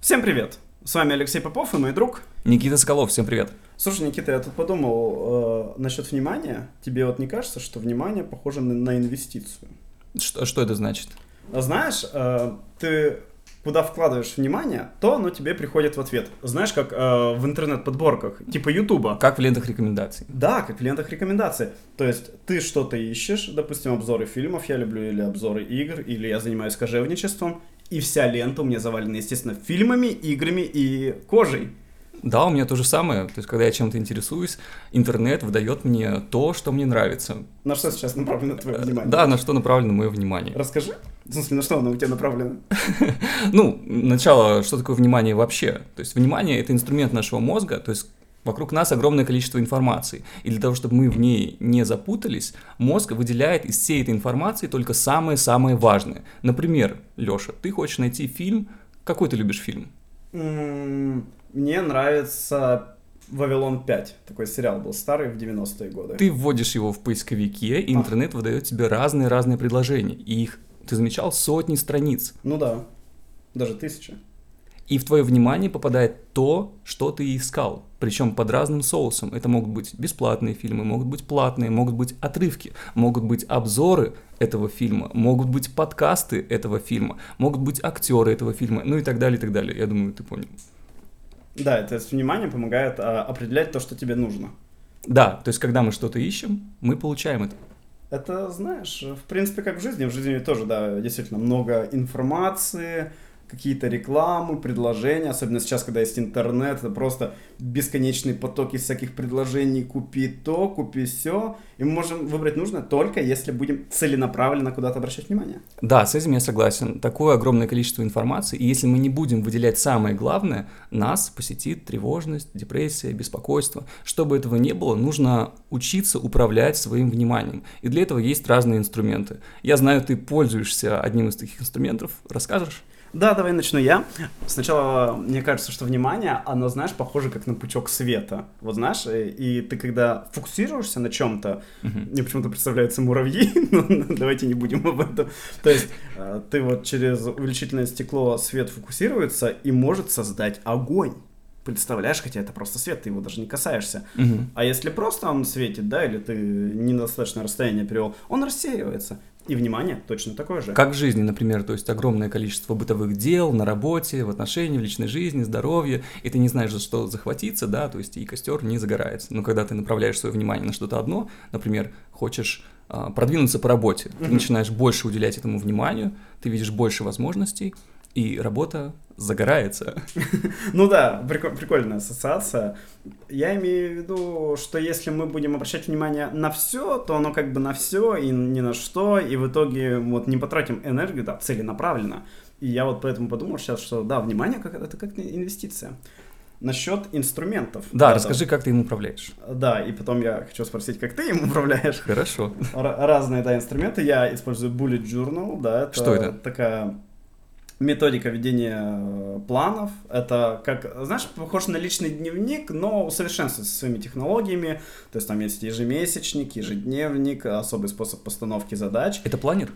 Всем привет! С вами Алексей Попов и мой друг. Никита Соколов, всем привет. Слушай, Никита, я тут подумал насчет внимания. Тебе вот не кажется, что внимание похоже на инвестицию? Что это значит? Знаешь, ты куда вкладываешь внимание, то оно тебе приходит в ответ. Знаешь, как в интернет-подборках, типа Ютуба. Как в лентах рекомендаций. Да, как в лентах рекомендаций. То есть ты что-то ищешь, допустим, обзоры фильмов я люблю, или обзоры игр, или я занимаюсь кожевничеством, и вся лента у меня завалена, естественно, фильмами, играми и кожей. Да, у меня то же самое. То есть, когда я чем-то интересуюсь, интернет выдает мне то, что мне нравится. На что сейчас направлено твое внимание? Да, на что направлено мое внимание. Расскажи. В смысле, на что оно у тебя направлено? Ну, начало, что такое внимание вообще? То есть, внимание — это инструмент нашего мозга, то есть, вокруг нас огромное количество информации. И для того, чтобы мы в ней не запутались, мозг выделяет из всей этой информации только самое-самое важное. Например, Лёша, ты хочешь найти фильм. Какой ты любишь фильм? Мне нравится «Вавилон 5». Такой сериал был старый в 90-е годы. Ты вводишь его в поисковике, и интернет выдает тебе разные предложения. И их, ты замечал, сотни страниц. Ну да, даже 1000. И в твое внимание попадает то, что ты искал. Причем под разным соусом. Это могут быть бесплатные фильмы, могут быть платные, могут быть отрывки, могут быть обзоры этого фильма, могут быть подкасты этого фильма, могут быть актеры этого фильма, ну и так далее, и так далее. Я думаю, ты понял. Да, это внимание помогает определять то, что тебе нужно. Да, то есть когда мы что-то ищем, мы получаем это. Это, знаешь, в принципе, как в жизни. В жизни тоже, да, действительно много информации, какие-то рекламы, предложения, особенно сейчас, когда есть интернет, это просто бесконечные потоки всяких предложений, купи то, купи сё, и мы можем выбрать нужное только если будем целенаправленно куда-то обращать внимание. Да, с этим я согласен. Такое огромное количество информации, и если мы не будем выделять самое главное, нас посетит тревожность, депрессия, беспокойство. Чтобы этого не было, нужно учиться управлять своим вниманием, и для этого есть разные инструменты. Я знаю, ты пользуешься одним из таких инструментов, расскажешь? Да, давай начну я. Сначала мне кажется, что внимание, оно, знаешь, похоже как на пучок света. Вот знаешь, и ты когда фокусируешься на чем-то, мне почему-то представляются муравьи, но давайте не будем об этом. То есть ты вот через увеличительное стекло свет фокусируется и может создать огонь. Представляешь, хотя это просто свет, ты его даже не касаешься. А если просто он светит, да, или ты недостаточное расстояние привел, он рассеивается. И внимание точно такое же. Как в жизни, например, то есть огромное количество бытовых дел на работе, в отношениях, в личной жизни, здоровье, и ты не знаешь, за что захватиться, да, то есть и костер не загорается. Но когда ты направляешь свое внимание на что-то одно, например, хочешь продвинуться по работе, ты начинаешь больше уделять этому вниманию, ты видишь больше возможностей, и работа загорается. Ну да, прикольная ассоциация. Я имею в виду, что если мы будем обращать внимание на все, то оно как бы на все и ни на что, и в итоге вот не потратим энергию, да, целенаправленно. И я вот поэтому подумал сейчас, что да, внимание это как инвестиция. Насчет инструментов. Да, расскажи, как ты им управляешь. Да, и потом я хочу спросить, как ты им управляешь. Хорошо. Разные, да, инструменты. Я использую Bullet Journal, да. Что это? Такая методика ведения планов. Это, как, знаешь, похож на личный дневник, но усовершенствуется со своими технологиями. То есть там есть ежемесячник, ежедневник, особый способ постановки задач. Это планер?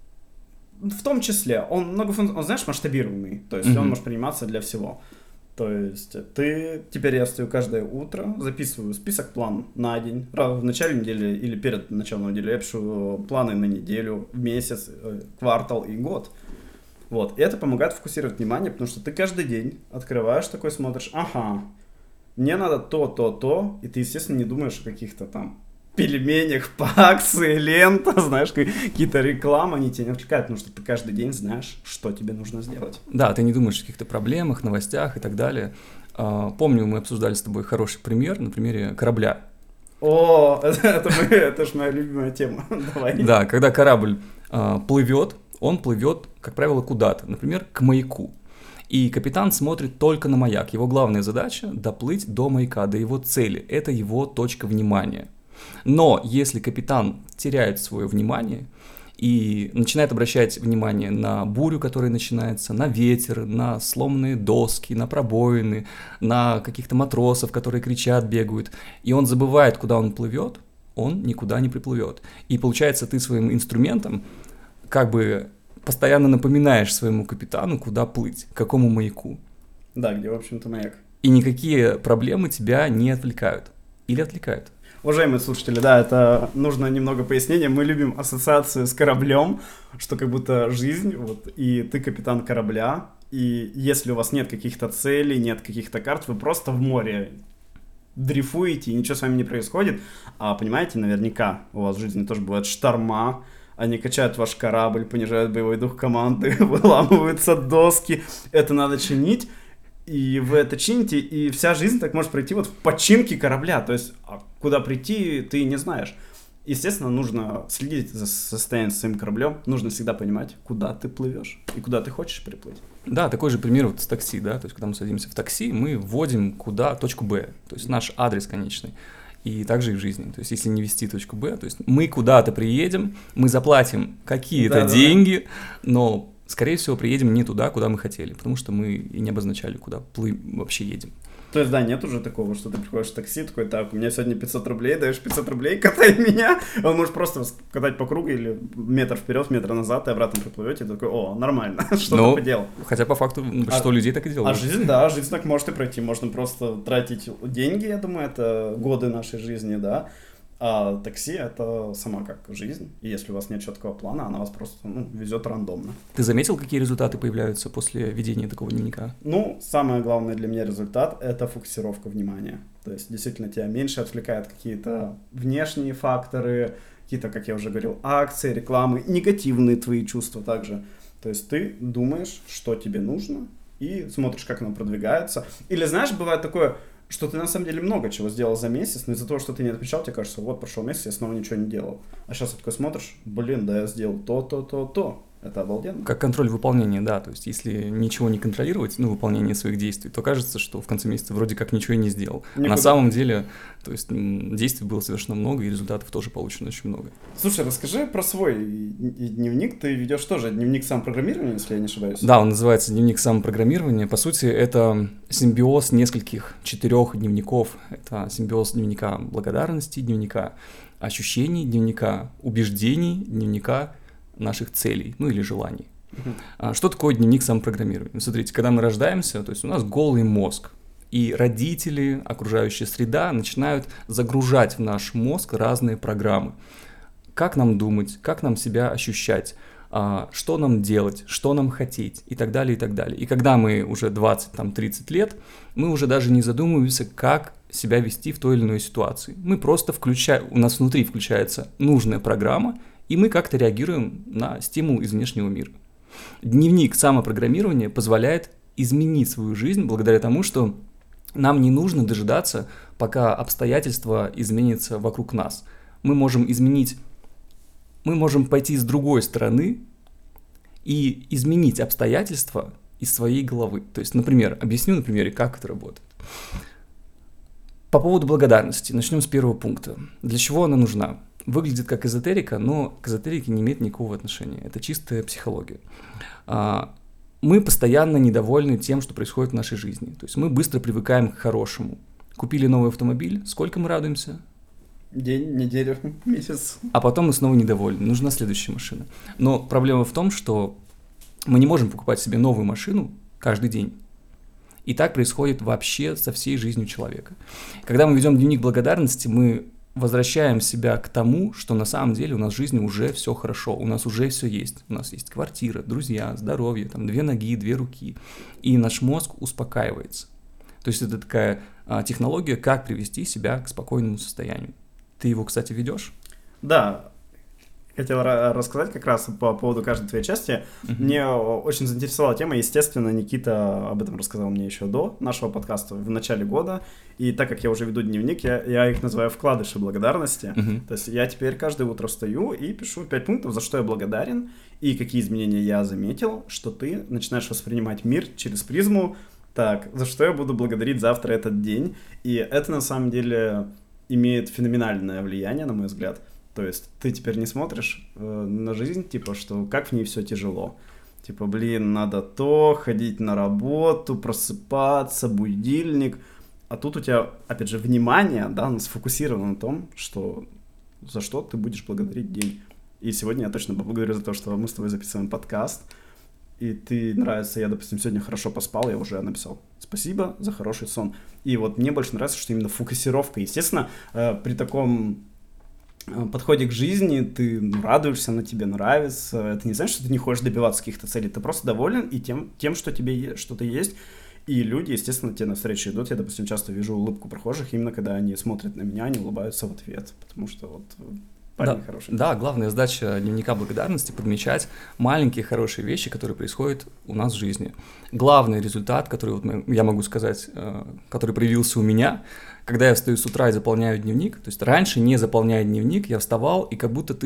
В том числе. Он знаешь, масштабируемый. То есть он может приниматься для всего. То есть теперь я встаю каждое утро, записываю список план на день, в начале недели или перед началом недели. Я пишу планы на неделю, месяц, квартал и год. Вот, и это помогает фокусировать внимание, потому что ты каждый день открываешь такой, смотришь, ага, мне надо то, и ты, естественно, не думаешь о каких-то там пельменях по акции, лента, знаешь, какие-то рекламы, они тебя не отвлекают, потому что ты каждый день знаешь, что тебе нужно сделать. Да, ты не думаешь о каких-то проблемах, новостях и так далее. Помню, мы обсуждали с тобой хороший пример на примере корабля. О, это ж моя любимая тема, давай. Да, когда корабль плывет, он плывет, как правило, куда-то, например, к маяку. И капитан смотрит только на маяк. Его главная задача – доплыть до маяка, до его цели. Это его точка внимания. Но если капитан теряет свое внимание и начинает обращать внимание на бурю, которая начинается, на ветер, на сломанные доски, на пробоины, на каких-то матросов, которые кричат, бегают, и он забывает, куда он плывет, он никуда не приплывет. И получается, ты своим инструментом как бы постоянно напоминаешь своему капитану, куда плыть, к какому маяку. Да, где, в общем-то, маяк. И никакие проблемы тебя не отвлекают. Или отвлекают. Уважаемые слушатели, да, это нужно немного пояснения. Мы любим ассоциацию с кораблем, что как будто жизнь, вот, и ты капитан корабля, и если у вас нет каких-то целей, нет каких-то карт, вы просто в море дрейфуете, и ничего с вами не происходит. А понимаете, наверняка у вас в жизни тоже бывают шторма, они качают ваш корабль, понижают боевой дух команды, выламываются доски, это надо чинить. И вы это чините, и вся жизнь так может пройти вот в починке корабля. То есть, куда прийти, ты не знаешь. Естественно, нужно следить за состоянием своим кораблем. Нужно всегда понимать, куда ты плывешь и куда ты хочешь приплыть. Да, такой же пример вот с такси, да. То есть, когда мы садимся в такси, мы вводим куда точку Б. То есть, наш адрес конечный. И также и в жизни. То есть, если не ввести точку Б, то есть, мы куда-то приедем, мы заплатим какие-то деньги, но... Скорее всего, приедем не туда, куда мы хотели, потому что мы и не обозначали, куда вообще едем. То есть, да, нет уже такого, что ты приходишь в такси, такой, так, у меня сегодня 500 рублей, даешь 500 рублей, катай меня. Он может просто катать по кругу или метр вперед, метр назад, и обратно приплывете, и такой, о, нормально, что-то поделал. Хотя по факту большинство людей так и делают. А жизнь, да, жизнь так может и пройти, можно просто тратить деньги, я думаю, это годы нашей жизни, да. А такси — это сама как жизнь, и если у вас нет четкого плана, она вас просто везет рандомно. Ты заметил, какие результаты появляются после ведения такого дневника? Самый главный для меня результат — это фокусировка внимания. То есть, действительно, тебя меньше отвлекают какие-то внешние факторы, какие-то, как я уже говорил, акции, рекламы, негативные твои чувства также. То есть, ты думаешь, что тебе нужно, и смотришь, как оно продвигается. Или, знаешь, бывает такое... что ты на самом деле много чего сделал за месяц, но из-за того, что ты не отвечал, тебе кажется, вот прошел месяц, я снова ничего не делал. А сейчас ты такой смотришь, да, я сделал то. Это обалденно. Как контроль выполнения, да. То есть, если ничего не контролировать, выполнение своих действий, то кажется, что в конце месяца вроде как ничего и не сделал. А на самом деле, то есть, действий было совершенно много, и результатов тоже получено очень много. Слушай, расскажи про свой дневник. Ты ведешь тоже дневник самопрограммирования, если я не ошибаюсь. Да, он называется «Дневник самопрограммирования». По сути, это симбиоз нескольких 4 дневников. Это симбиоз дневника благодарности, дневника ощущений, дневника убеждений, дневника наших целей, или желаний. Что такое дневник самопрограммирования? Смотрите, когда мы рождаемся, то есть у нас голый мозг, и родители, окружающая среда начинают загружать в наш мозг разные программы. Как нам думать, как нам себя ощущать, что нам делать, что нам хотеть и так далее, и так далее. И когда мы уже 20-30 лет, мы уже даже не задумываемся, как себя вести в той или иной ситуации. Мы просто у нас внутри включается нужная программа, и мы как-то реагируем на стимул из внешнего мира. Дневник самопрограммирования позволяет изменить свою жизнь благодаря тому, что нам не нужно дожидаться, пока обстоятельства изменятся вокруг нас. Мы можем пойти с другой стороны и изменить обстоятельства из своей головы. То есть, например, объясню на примере, как это работает. По поводу благодарности. Начнем с первого пункта. Для чего она нужна? Выглядит как эзотерика, но к эзотерике не имеет никакого отношения. Это чистая психология. Мы постоянно недовольны тем, что происходит в нашей жизни. То есть мы быстро привыкаем к хорошему. Купили новый автомобиль, сколько мы радуемся? День, неделю, месяц. А потом мы снова недовольны. Нужна следующая машина. Но проблема в том, что мы не можем покупать себе новую машину каждый день. И так происходит вообще со всей жизнью человека. Когда мы ведем дневник благодарности, мы возвращаем себя к тому, что на самом деле у нас в жизни уже все хорошо, у нас уже все есть. У нас есть квартира, друзья, здоровье, 2 ноги, 2 руки. И наш мозг успокаивается. То есть это такая технология, как привести себя к спокойному состоянию. Ты его, кстати, ведешь? Да. Хотел рассказать как раз по поводу каждой твоей части. Мне очень заинтересовала тема. Естественно, Никита об этом рассказал мне еще до нашего подкаста в начале года. И так как я уже веду дневник, я их называю вкладыши благодарности. То есть я теперь каждое утро встаю и пишу 5 пунктов, за что я благодарен и какие изменения я заметил, что ты начинаешь воспринимать мир через призму. Так, за что я буду благодарить завтра этот день. И это на самом деле имеет феноменальное влияние, на мой взгляд. То есть ты теперь не смотришь на жизнь, что как в ней все тяжело. Надо ходить на работу, просыпаться, будильник. А тут у тебя, опять же, внимание, сфокусировано на том, за что ты будешь благодарить день. И сегодня я точно поблагодарю за то, что мы с тобой записываем подкаст. и ты нравится, я, допустим, сегодня хорошо поспал, я уже написал спасибо за хороший сон. И вот мне больше нравится, что именно фокусировка. Естественно, при таком подходе к жизни ты радуешься, она тебе нравится. Это не значит, что ты не хочешь добиваться каких-то целей. Ты просто доволен и тем что тебе что-то есть. И люди, естественно, тебе навстречу идут. Я, допустим, часто вижу улыбку прохожих, именно когда они смотрят на меня, они улыбаются в ответ. Потому что вот парень хороший. Да, главная задача дневника благодарности — подмечать маленькие хорошие вещи, которые происходят у нас в жизни. Главный результат, который вот я могу сказать, который проявился у меня, когда я встаю с утра и заполняю дневник, то есть раньше, не заполняя дневник, я вставал, и как будто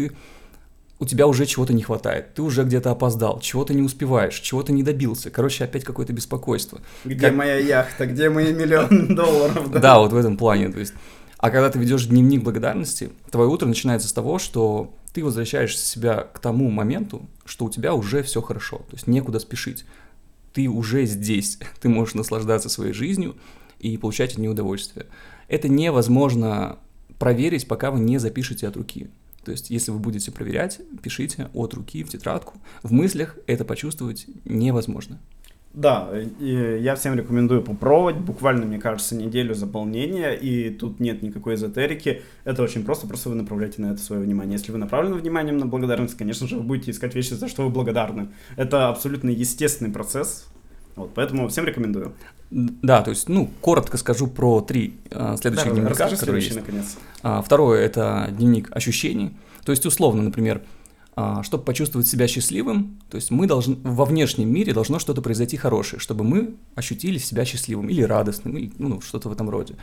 у тебя уже чего-то не хватает, ты уже где-то опоздал, чего-то не успеваешь, чего-то не добился, короче, опять какое-то беспокойство. Где моя яхта, где мои $1 000 000? Да, вот в этом плане, то есть. А когда ты ведешь дневник благодарности, твое утро начинается с того, что ты возвращаешь себя к тому моменту, что у тебя уже все хорошо, то есть некуда спешить. Ты уже здесь, ты можешь наслаждаться своей жизнью и получать от нее удовольствие. Это невозможно проверить, пока вы не запишете от руки. То есть, если вы будете проверять, пишите от руки в тетрадку. В мыслях это почувствовать невозможно. Да, и я всем рекомендую попробовать, буквально, мне кажется, неделю заполнения, и тут нет никакой эзотерики, это очень просто вы направляете на это свое внимание. Если вы направлены вниманием на благодарность, конечно же, вы будете искать вещи, за что вы благодарны. Это абсолютно естественный процесс, вот, поэтому всем рекомендую. Да, то есть, коротко скажу про 3 следующих дневника, расскажи которые следующий, есть. наконец. Второе — это дневник ощущений, то есть, условно, например, чтобы почувствовать себя счастливым, то есть мы должны, во внешнем мире должно что-то произойти хорошее, чтобы мы ощутили себя счастливым или радостным, или что-то в этом роде.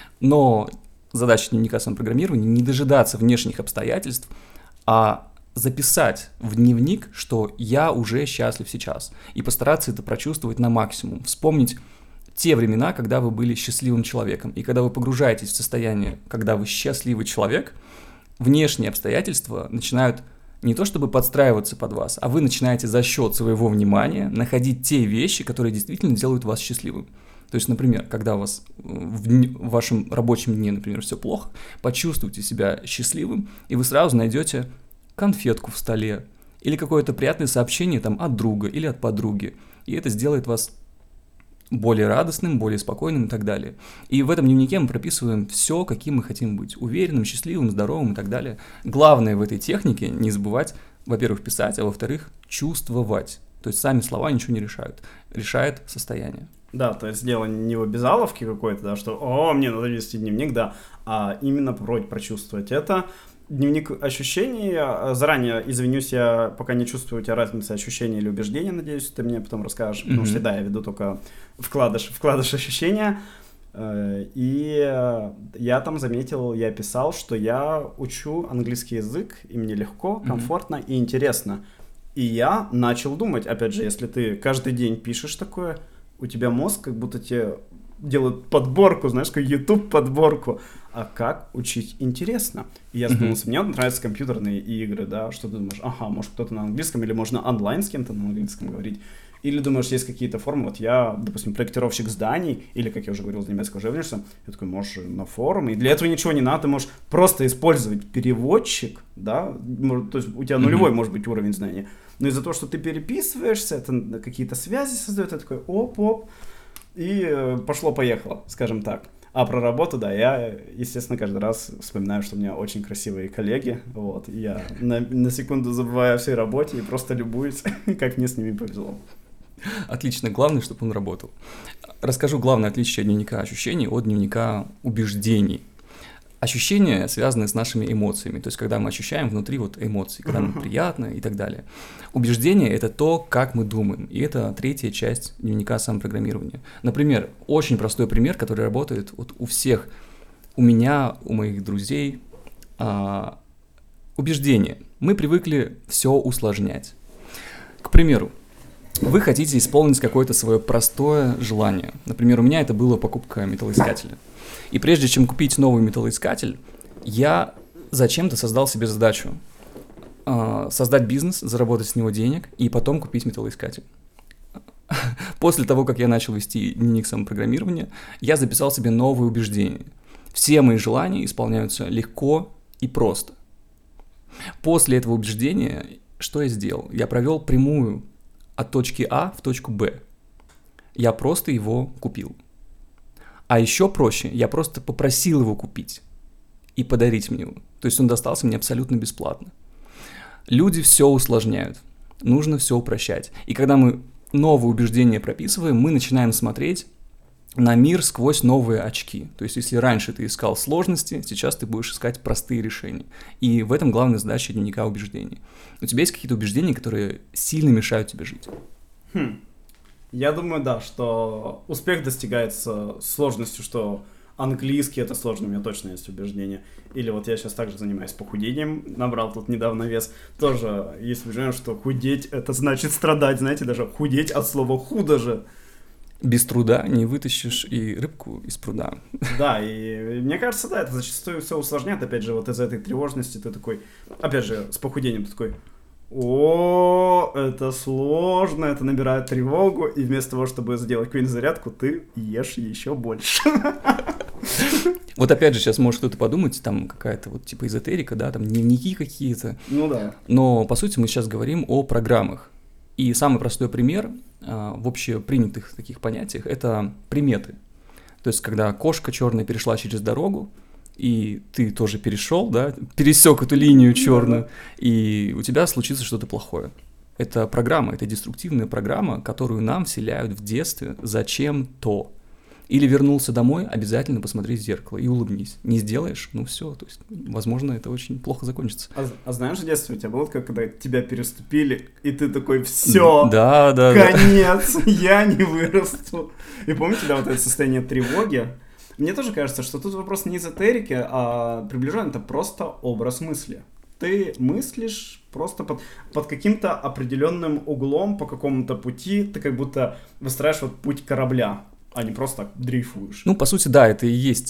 Но задача дневника самопрограммирования — не дожидаться внешних обстоятельств, а записать в дневник, что я уже счастлив сейчас, и постараться это прочувствовать на максимум, вспомнить те времена, когда вы были счастливым человеком, и когда вы погружаетесь в состояние, когда вы счастливый человек, внешние обстоятельства начинают не то чтобы подстраиваться под вас, а вы начинаете за счет своего внимания находить те вещи, которые действительно делают вас счастливым. То есть, например, когда у вас в вашем рабочем дне, например, все плохо, почувствуйте себя счастливым, и вы сразу найдете конфетку в столе или какое-то приятное сообщение там от друга или от подруги, и это сделает вас более радостным, более спокойным и так далее. И в этом дневнике мы прописываем все, каким мы хотим быть: уверенным, счастливым, здоровым и так далее. Главное в этой технике не забывать, во-первых, писать, а во-вторых, чувствовать. То есть сами слова ничего не решают. Решает состояние. Да, то есть дело не в обязаловке какой-то, да, что мне надо вести дневник, да, а именно прочувствовать это. Дневник ощущений. Заранее извинюсь, я пока не чувствую у тебя разницы ощущений или убеждений, надеюсь, ты мне потом расскажешь, потому что, да, я веду только вкладыш ощущения. И я там заметил, я писал, что я учу английский язык, и мне легко, комфортно и интересно. И я начал думать, опять же, если ты каждый день пишешь такое, у тебя мозг как будто тебе делают подборку, знаешь, как YouTube подборку. А как учить интересно? И я задумался, мне нравятся компьютерные игры, да, что ты думаешь, может кто-то на английском, или можно онлайн с кем-то на английском говорить, или думаешь, есть какие-то формы, вот я, допустим, проектировщик зданий, или, как я уже говорил, занимаюсь кожевничеством, я такой, можешь на форумы, и для этого ничего не надо, ты можешь просто использовать переводчик, да, то есть у тебя нулевой может быть уровень знания, но из-за того, что ты переписываешься, это какие-то связи создает, я такой, оп, и пошло-поехало, скажем так. А про работу, да, я, естественно, каждый раз вспоминаю, что у меня очень красивые коллеги, вот, и я на секунду забываю о всей работе и просто любуюсь, как мне с ними повезло. Отлично, главное, чтобы он работал. Расскажу главное отличие дневника ощущений от дневника убеждений. Ощущения связаны с нашими эмоциями, то есть когда мы ощущаем внутри эмоции, когда нам приятно и так далее. Убеждение — это то, как мы думаем, и это 3-я часть дневника самопрограммирования. Например, очень простой пример, который работает у всех, у меня, у моих друзей. Убеждение. Мы привыкли все усложнять. К примеру, вы хотите исполнить какое-то свое простое желание. Например, у меня это была покупка металлоискателя. И прежде чем купить новый металлоискатель, я зачем-то создал себе задачу создать бизнес, заработать с него денег и потом купить металлоискатель. После того, как я начал вести дневник самопрограммирования, я записал себе новые убеждения. Все мои желания исполняются легко и просто. После этого убеждения, что я сделал? Я провел прямую от точки А в точку Б. Я просто его купил. А еще проще, я просто попросил его купить и подарить мне его. То есть он достался мне абсолютно бесплатно. Люди все усложняют. Нужно все упрощать. И когда мы новые убеждения прописываем, мы начинаем смотреть на мир сквозь новые очки. То есть если раньше ты искал сложности, сейчас ты будешь искать простые решения. И в этом главная задача дневника убеждений. У тебя есть какие-то убеждения, которые сильно мешают тебе жить? Я думаю, да, что успех достигается сложностью, что английский это сложно, у меня точно есть убеждение. Или вот я сейчас также занимаюсь похудением, набрал тут недавно вес. Тоже есть убеждение, что худеть это значит страдать, знаете, даже худеть от слова худо же. Без труда не вытащишь и рыбку из пруда. Да, и мне кажется, да, это зачастую все усложняет. Опять же, вот из-за этой тревожности ты такой, опять же, с похудением ты такой, это сложно, это набирает тревогу, и вместо того, чтобы сделать какую-нибудь зарядку, ты ешь еще больше. Вот опять же, сейчас может кто-то подумать, там какая-то вот типа эзотерика, да, там дневники какие-то. Ну да. Но, по сути, мы сейчас говорим о программах. И самый простой пример в общепринятых таких понятиях – это приметы. То есть, когда кошка черная перешла через дорогу, и ты тоже перешел, да, пересек эту линию черную, и у тебя случится что-то плохое. Это программа, это деструктивная программа, которую нам вселяют в детстве зачем-то. Или вернулся домой, обязательно посмотри в зеркало и улыбнись. Не сделаешь, ну все, то есть, возможно, это очень плохо закончится. А знаешь, в детстве у тебя было, когда тебя переступили, и ты такой, все, да, конец, я не вырасту. И помните, да, вот это состояние тревоги? Мне тоже кажется, что тут вопрос не эзотерики, а приближен, это просто образ мысли. Ты мыслишь просто под каким-то определенным углом, по какому-то пути, ты как будто выстраиваешь вот путь корабля, а не просто так дрейфуешь. Ну, по сути, да, это и есть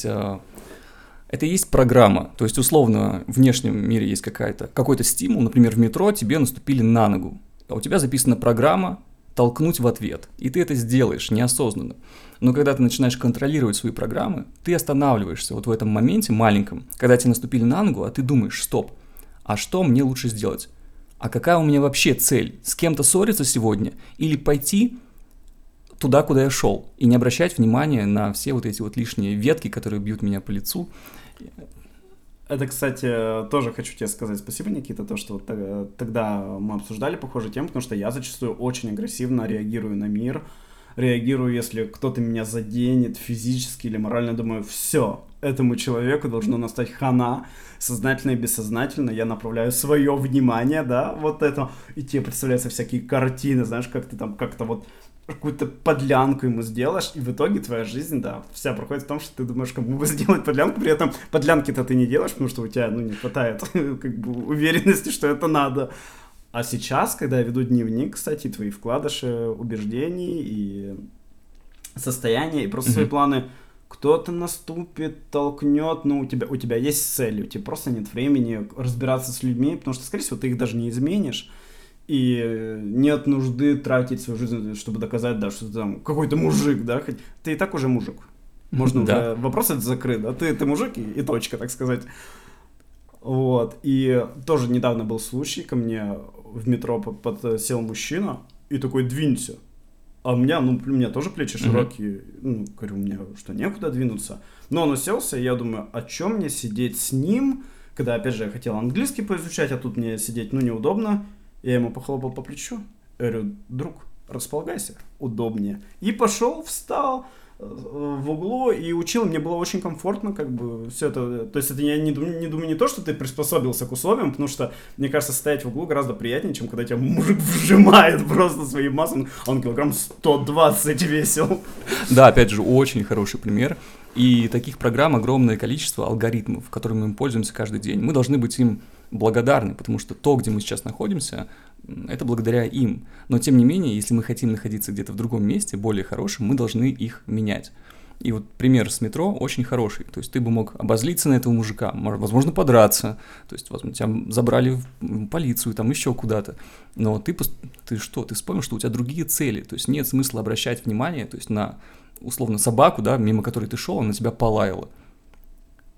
программа. То есть, условно, в внешнем мире есть какой-то стимул, например, в метро тебе наступили на ногу, а у тебя записана программа толкнуть в ответ, и ты это сделаешь неосознанно. Но когда ты начинаешь контролировать свои программы, ты останавливаешься вот в этом моменте маленьком, когда тебе наступили на ногу, а ты думаешь, стоп, а что мне лучше сделать? А какая у меня вообще цель? С кем-то ссориться сегодня? Или пойти туда, куда я шел, и не обращать внимания на все вот эти вот лишние ветки, которые бьют меня по лицу? Это, кстати, тоже хочу тебе сказать спасибо, Никита, то, что вот тогда мы обсуждали похожую тему, потому что я зачастую очень агрессивно реагирую на мир, реагирую, если кто-то меня заденет физически или морально, думаю, все, этому человеку должно настать хана, сознательно и бессознательно, я направляю свое внимание, да, вот это, и тебе представляются всякие картины, знаешь, как ты там как-то вот какую-то подлянку ему сделаешь, и в итоге твоя жизнь, да, вся проходит в том, что ты думаешь, кому бы сделать подлянку, при этом подлянки-то ты не делаешь, потому что у тебя, не хватает как бы уверенности, что это надо. А сейчас, когда я веду дневник, кстати, твои вкладыши убеждений и состояния, и просто свои планы, кто-то наступит, толкнет, у тебя есть цель, у тебя просто нет времени разбираться с людьми, потому что, скорее всего, ты их даже не изменишь. И нет нужды тратить свою жизнь, чтобы доказать, да, что ты там какой-то мужик, да, хоть ты и так уже мужик. Можно уже, вопрос этот закрыт, да, ты мужик и точка, так сказать. Вот, и тоже недавно был случай, ко мне в метро подсел мужчина и такой, двинься. А у меня тоже плечи широкие, говорю, у меня что, некуда двинуться? Но он уселся, и я думаю, о чем мне сидеть с ним, когда, опять же, я хотел английский поизучать, а тут мне сидеть, неудобно. Я ему похлопал по плечу, я говорю, друг, располагайся, удобнее. И пошел, встал в углу и учил, мне было очень комфортно, как бы, все это, то есть это я не думаю не то, что ты приспособился к условиям, потому что, мне кажется, стоять в углу гораздо приятнее, чем когда тебя мужик вжимает просто своим массом, а он килограмм 120 весил. Да, опять же, очень хороший пример. И таких программ огромное количество, алгоритмов, которыми мы пользуемся каждый день. Мы должны быть им благодарны, потому что то, где мы сейчас находимся, это благодаря им. Но, тем не менее, если мы хотим находиться где-то в другом месте, более хорошем, мы должны их менять. И вот пример с метро очень хороший. То есть ты бы мог обозлиться на этого мужика, возможно, подраться, то есть, возможно, тебя забрали в полицию, там еще куда-то. Но ты вспомнил, что у тебя другие цели. То есть нет смысла обращать внимание, то есть на, условно, собаку, да, мимо которой ты шел, она на тебя полаяла.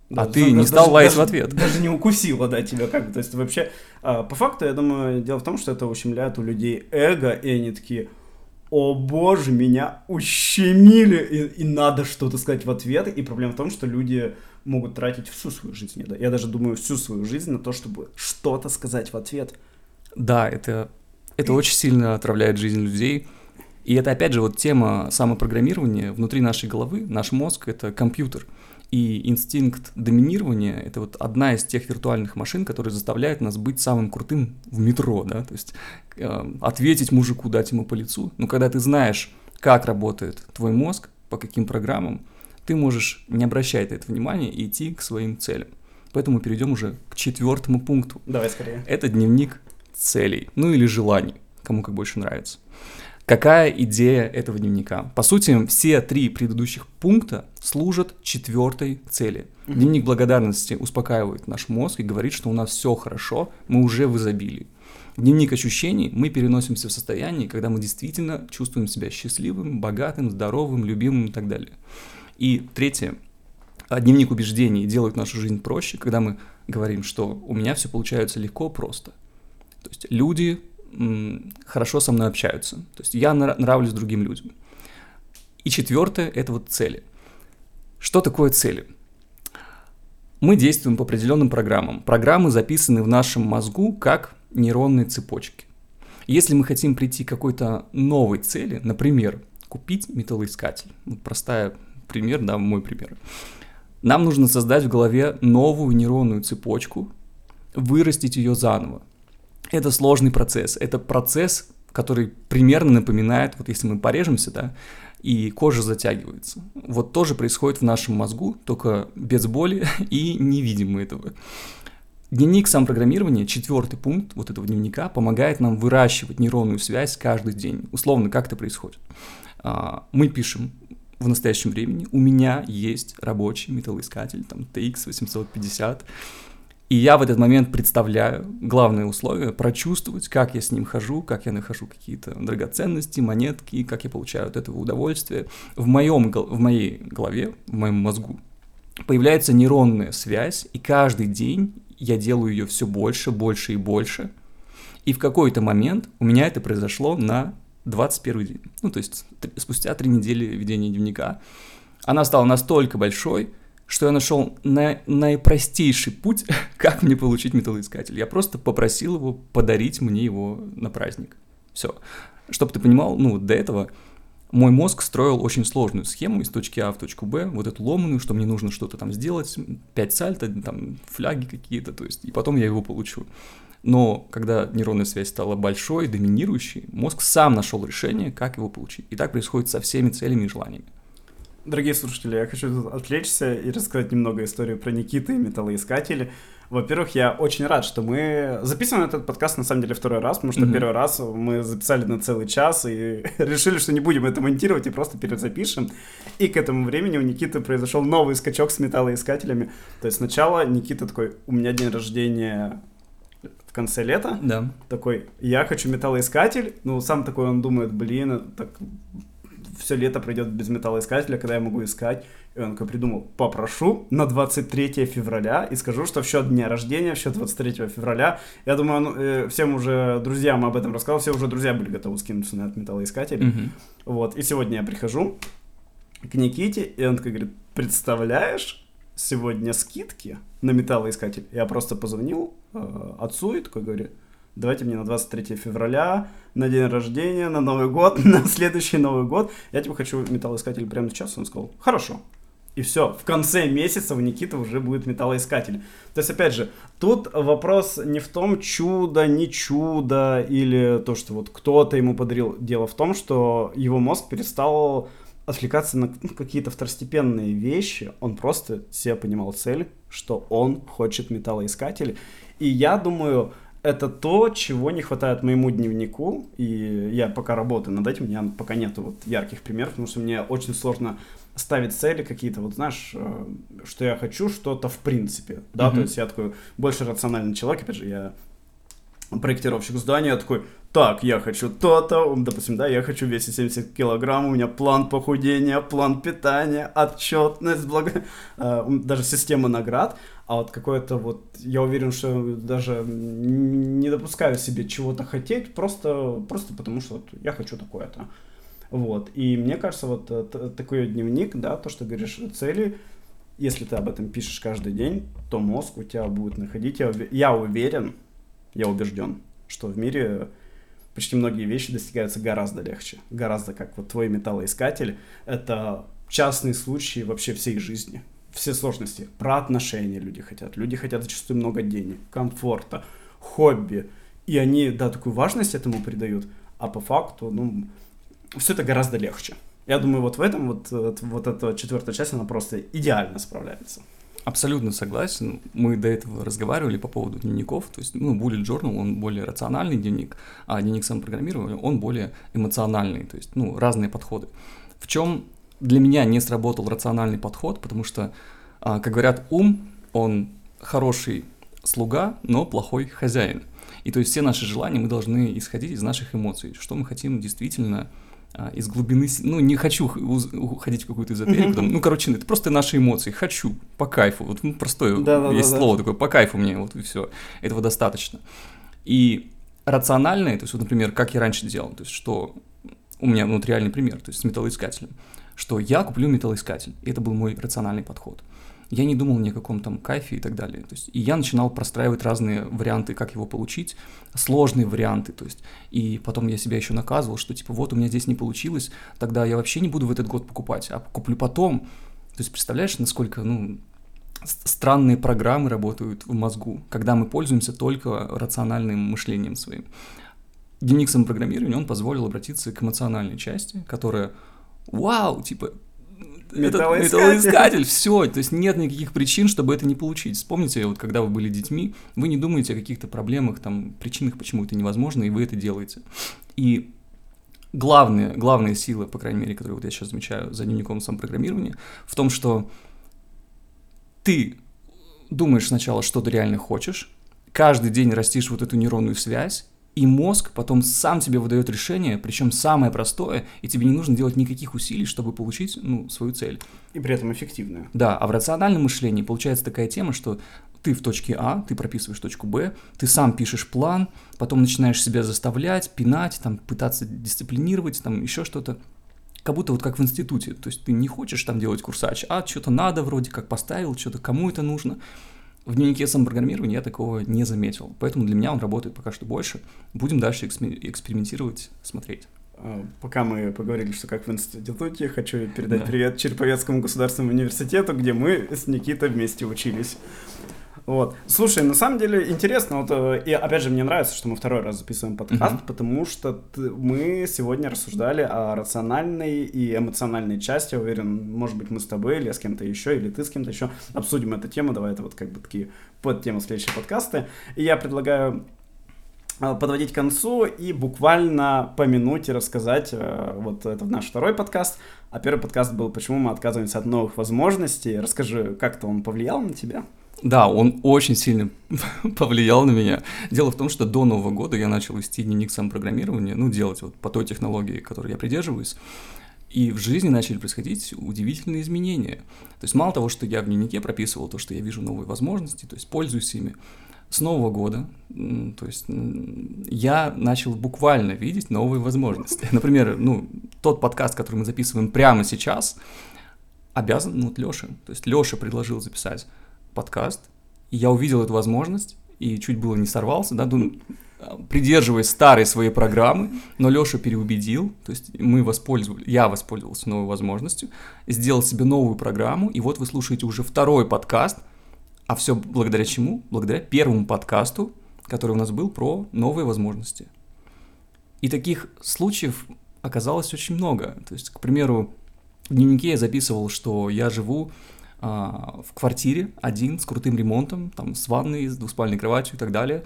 а ты не стал лаять в ответ. Даже не укусила, да, тебя как бы. То есть вообще, по факту, я думаю, дело в том, что это ущемляет у людей эго, и они такие: о боже, меня ущемили, и надо что-то сказать в ответ. И проблема в том, что люди могут тратить всю свою жизнь, я даже думаю, всю свою жизнь на то, чтобы что-то сказать в ответ. Да, это очень сильно отравляет жизнь людей. И это, опять же, вот тема самопрограммирования внутри нашей головы. Наш мозг — это компьютер. И инстинкт доминирования — это вот одна из тех виртуальных машин, которые заставляют нас быть самым крутым в метро, да, то есть ответить мужику, дать ему по лицу. Но когда ты знаешь, как работает твой мозг, по каким программам, ты можешь не обращать на это внимания и идти к своим целям. Поэтому перейдем уже к 4-му пункту. Давай скорее. Это дневник целей, ну или желаний, кому как больше нравится. Какая идея этого дневника? По сути, все 3 предыдущих пункта служат 4-й цели. Дневник благодарности успокаивает наш мозг и говорит, что у нас все хорошо, мы уже в изобилии. Дневник ощущений мы переносимся в состояние, когда мы действительно чувствуем себя счастливым, богатым, здоровым, любимым и так далее. И 3-е. Дневник убеждений делает нашу жизнь проще, когда мы говорим, что у меня все получается легко, просто. То есть люди хорошо со мной общаются. То есть я нравлюсь другим людям. И 4-е — это вот цели. Что такое цели? Мы действуем по определенным программам. Программы записаны в нашем мозгу как нейронные цепочки. Если мы хотим прийти к какой-то новой цели, например, купить металлоискатель, простой пример, да, мой пример, нам нужно создать в голове новую нейронную цепочку, вырастить ее заново. Это сложный процесс. Это процесс, который примерно напоминает, вот если мы порежемся, да, и кожа затягивается. Вот тоже происходит в нашем мозгу, только без боли, и не видим мы этого. Дневник самопрограммирования, 4-й пункт вот этого дневника, помогает нам выращивать нейронную связь каждый день. Условно, как это происходит? Мы пишем в настоящем времени: у меня есть рабочий металлоискатель, там, TX850, и я в этот момент представляю главное условие — прочувствовать, как я с ним хожу, как я нахожу какие-то драгоценности, монетки, как я получаю от этого удовольствие. В моей голове, в моем мозгу появляется нейронная связь, и каждый день я делаю ее все больше, больше и больше. И в какой-то момент у меня это произошло на 21-й день. Ну, то есть спустя 3 недели ведения дневника. Она стала настолько большой, что я нашел наипростейший путь, как мне получить металлоискатель. Я просто попросил его подарить мне его на праздник. Все. Чтобы ты понимал, до этого мой мозг строил очень сложную схему из точки А в точку Б, вот эту ломаную, что мне нужно что-то там сделать, 5 сальто, там фляги какие-то, то есть, и потом я его получу. Но когда нейронная связь стала большой, доминирующей, мозг сам нашел решение, как его получить. И так происходит со всеми целями и желаниями. Дорогие слушатели, я хочу тут отвлечься и рассказать немного историю про Никиты и металлоискатели. Во-первых, я очень рад, что мы записываем этот подкаст, на самом деле, 2-й раз, потому что первый раз мы записали на целый час и решили, что не будем это монтировать и просто перезапишем. И к этому времени у Никиты произошел новый скачок с металлоискателями. То есть сначала Никита такой: у меня день рождения в конце лета. Да. Такой: я хочу металлоискатель. Сам такой он думает: так все лето пройдет без металлоискателя, когда я могу искать. И он такой придумал: попрошу на 23 февраля и скажу, что в счет дня рождения, в счет 23 февраля. Я думаю, всем уже друзьям об этом рассказал, все уже друзья были готовы скинуться на этот металлоискатель. Вот, и сегодня я прихожу к Никите, и он такой говорит: представляешь, сегодня скидки на металлоискатель. Я просто позвонил отцу и такой говорю: давайте мне на 23 февраля, на день рождения, на Новый год, на следующий Новый год. Я хочу металлоискатель прямо сейчас. Он сказал: хорошо. И все, в конце месяца у Никиты уже будет металлоискатель. То есть, опять же, тут вопрос не в том, чудо, не чудо, или то, что вот кто-то ему подарил. Дело в том, что его мозг перестал отвлекаться на какие-то второстепенные вещи. Он просто себе понимал цель, что он хочет металлоискатель. И я думаю, это то, чего не хватает моему дневнику, и я пока работаю над этим, у меня пока нету вот ярких примеров, потому что мне очень сложно ставить цели какие-то, вот знаешь, что я хочу что-то в принципе, да, то есть я такой больше рациональный человек, опять же, я проектировщик здания, я такой: так, я хочу то-то, допустим, да, я хочу весить 70 килограмм, у меня план похудения, план питания, отчетность, даже система наград, а вот какое-то вот, я уверен, что даже не допускаю себе чего-то хотеть, просто потому что вот я хочу такое-то. Вот, и мне кажется, вот такой дневник, да, то, что говоришь, цели, если ты об этом пишешь каждый день, то мозг у тебя будет находить, я уверен, я убежден, что в мире почти многие вещи достигаются гораздо легче. Гораздо как вот твой металлоискатель. Это частный случай вообще всей жизни. Все сложности. Про отношения люди хотят. Люди хотят зачастую много денег, комфорта, хобби. И они, да, такую важность этому придают. А по факту, ну, все это гораздо легче. Я думаю, вот в этом вот эта четвертая часть, она просто идеально справляется. Абсолютно согласен. Мы до этого разговаривали по поводу дневников. То есть, ну, Bullet Journal, он более рациональный дневник, а дневник самопрограммирования, он более эмоциональный. То есть, ну, разные подходы. В чем для меня не сработал рациональный подход, потому что, как говорят, ум, он хороший слуга, но плохой хозяин. И то есть все наши желания мы должны исходить из наших эмоций, что мы хотим действительно из глубины, ну, не хочу уходить в какую-то эзотерику, ну, короче, это просто наши эмоции, хочу, по кайфу, вот простое есть слово такое, по кайфу мне, вот и все, этого достаточно. И рациональное, то есть, вот, например, как я раньше делал, то есть, что у меня, вот реальный пример, то есть, с металлоискателем, что я куплю металлоискатель, и это был мой рациональный подход. Я не думал ни о каком там кайфе и так далее. То есть, и я начинал простраивать разные варианты, как его получить, сложные варианты. То есть, и потом я себя еще наказывал, что типа вот у меня здесь не получилось, тогда я вообще не буду в этот год покупать, а куплю потом. То есть представляешь, насколько странные программы работают в мозгу, когда мы пользуемся только рациональным мышлением своим. Дневник самопрограммирования, он позволил обратиться к эмоциональной части, которая вау, типа... Металлоискатель, все, то есть нет никаких причин, чтобы это не получить. Вспомните, вот когда вы были детьми, вы не думаете о каких-то проблемах, там, причинах, почему это невозможно, и вы это делаете. И главные силы, по крайней мере, которые вот я сейчас замечаю за дневником самопрограммирования, в том, что ты думаешь сначала, что ты реально хочешь, каждый день растишь вот эту нейронную связь, и мозг потом сам тебе выдает решение, причем самое простое, и тебе не нужно делать никаких усилий, чтобы получить, свою цель. И при этом эффективную. Да, а в рациональном мышлении получается такая тема, что ты в точке А, ты прописываешь точку Б, ты сам пишешь план, потом начинаешь себя заставлять, пинать, там, пытаться дисциплинировать, там, еще что-то. Как будто вот как в институте, то есть ты не хочешь там делать курсач, а что-то надо вроде как поставил, что-то кому это нужно. В дневнике самопрограммирования я такого не заметил, поэтому для меня он работает пока что больше. Будем дальше экспериментировать, смотреть. Пока мы поговорили, что как в институте, хочу передать привет Череповецкому государственному университету, где мы с Никитой вместе учились. Вот. Слушай, на самом деле интересно, вот, и опять же мне нравится, что мы второй раз записываем подкаст, потому что мы сегодня рассуждали о рациональной и эмоциональной части, я уверен, может быть, мы с тобой или с кем-то еще, или ты с кем-то еще обсудим эту тему, давай это вот как бы такие подтемы следующие подкасты, и я предлагаю подводить к концу и буквально по минуте рассказать, вот это наш второй подкаст, а первый подкаст был «Почему мы отказываемся от новых возможностей». Расскажи, как-то он повлиял на тебя? Да, он очень сильно повлиял на меня. Дело в том, что до Нового года я начал вести дневник самопрограммирования, делать вот по той технологии, которой я придерживаюсь, и в жизни начали происходить удивительные изменения. То есть мало того, что я в дневнике прописывал то, что я вижу новые возможности, то есть пользуюсь ими, с Нового года, то есть я начал буквально видеть новые возможности. Например, тот подкаст, который мы записываем прямо сейчас, обязан Лёше. То есть Лёша предложил записать подкаст, и я увидел эту возможность, и чуть было не сорвался, придерживаясь старой своей программы, но Лёша переубедил, то есть я воспользовался новой возможностью, сделал себе новую программу, и вот вы слушаете уже второй подкаст, а все благодаря чему? Благодаря первому подкасту, который у нас был про новые возможности. И таких случаев оказалось очень много. То есть, к примеру, в дневнике я записывал, что я живу в квартире один с крутым ремонтом, там, с ванной, с двуспальной кроватью и так далее.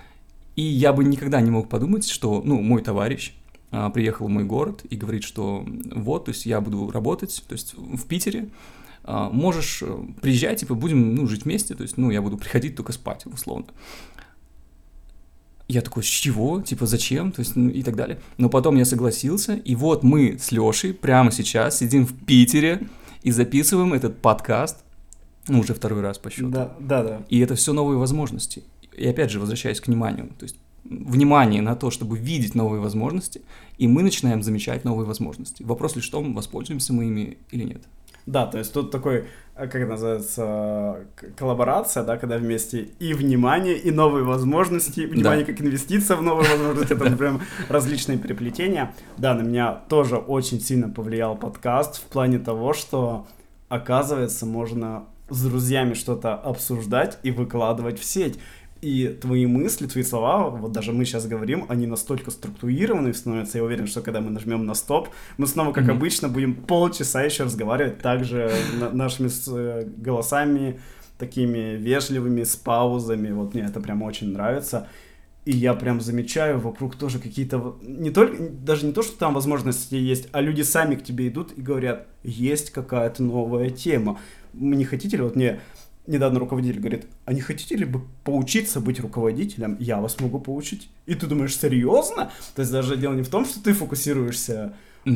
И я бы никогда не мог подумать, что, мой товарищ приехал в мой город и говорит, что вот, то есть я буду работать, то есть в Питере, можешь приезжать, будем, жить вместе, то есть, я буду приходить только спать, условно. Я такой, с чего? Типа, зачем? То есть, ну, и так далее. Но потом я согласился, и вот мы с Лешей прямо сейчас сидим в Питере и записываем этот подкаст, ну, уже второй раз по счету. Да. И это все новые возможности. И опять же, возвращаясь к вниманию, то есть внимание на то, чтобы видеть новые возможности, и мы начинаем замечать новые возможности. Вопрос лишь в том, воспользуемся мы ими или нет. Да, то есть тут такой, как это называется, коллаборация, да, когда вместе и внимание, и новые возможности, внимание как инвестиция в новые возможности, это прям различные переплетения. Да, на меня тоже очень сильно повлиял подкаст в плане того, что, оказывается, можно с друзьями что-то обсуждать и выкладывать в сеть. И твои мысли, твои слова, вот даже мы сейчас говорим, они настолько структурированные становятся. Я уверен, что когда мы нажмем на стоп, мы снова, как обычно, будем полчаса еще разговаривать также нашими голосами, такими вежливыми, с паузами. Вот мне это прям очень нравится. И я прям замечаю вокруг тоже какие-то... Даже не то, что там возможности есть, а люди сами к тебе идут и говорят, есть какая-то новая тема. Не хотите ли, вот мне... Недавно руководитель говорит, а не хотите ли бы поучиться быть руководителем? Я вас могу поучить. И ты думаешь, серьезно? То есть даже дело не в том, что ты фокусируешься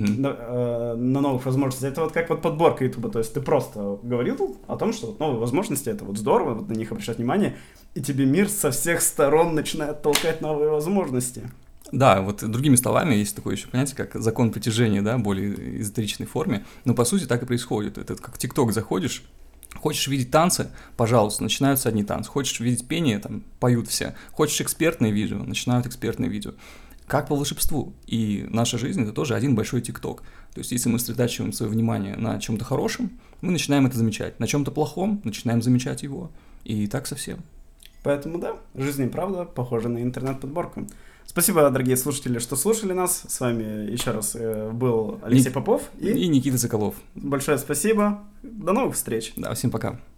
на новых возможностях. Это вот как вот подборка Ютуба. То есть ты просто говорил о том, что вот новые возможности, это вот здорово, вот на них обращать внимание, и тебе мир со всех сторон начинает толкать новые возможности. Да, вот другими словами, есть такое еще понятие, как закон притяжения, да, более эзотеричной форме. Но по сути так и происходит. Это как в ТикТок заходишь, хочешь видеть танцы, пожалуйста, начинаются одни танцы. Хочешь видеть пение, там, поют все. Хочешь экспертные видео, начинают экспертные видео. Как по волшебству. И наша жизнь – это тоже один большой ТикТок. То есть, если мы сосредотачиваем свое внимание на чем-то хорошем, мы начинаем это замечать. На чем-то плохом начинаем замечать его. И так совсем. Поэтому, да, жизнь и правда похожа на интернет-подборку. Спасибо, дорогие слушатели, что слушали нас. С вами еще раз был Алексей Попов и Никита Соколов. Большое спасибо. До новых встреч. Да, всем пока.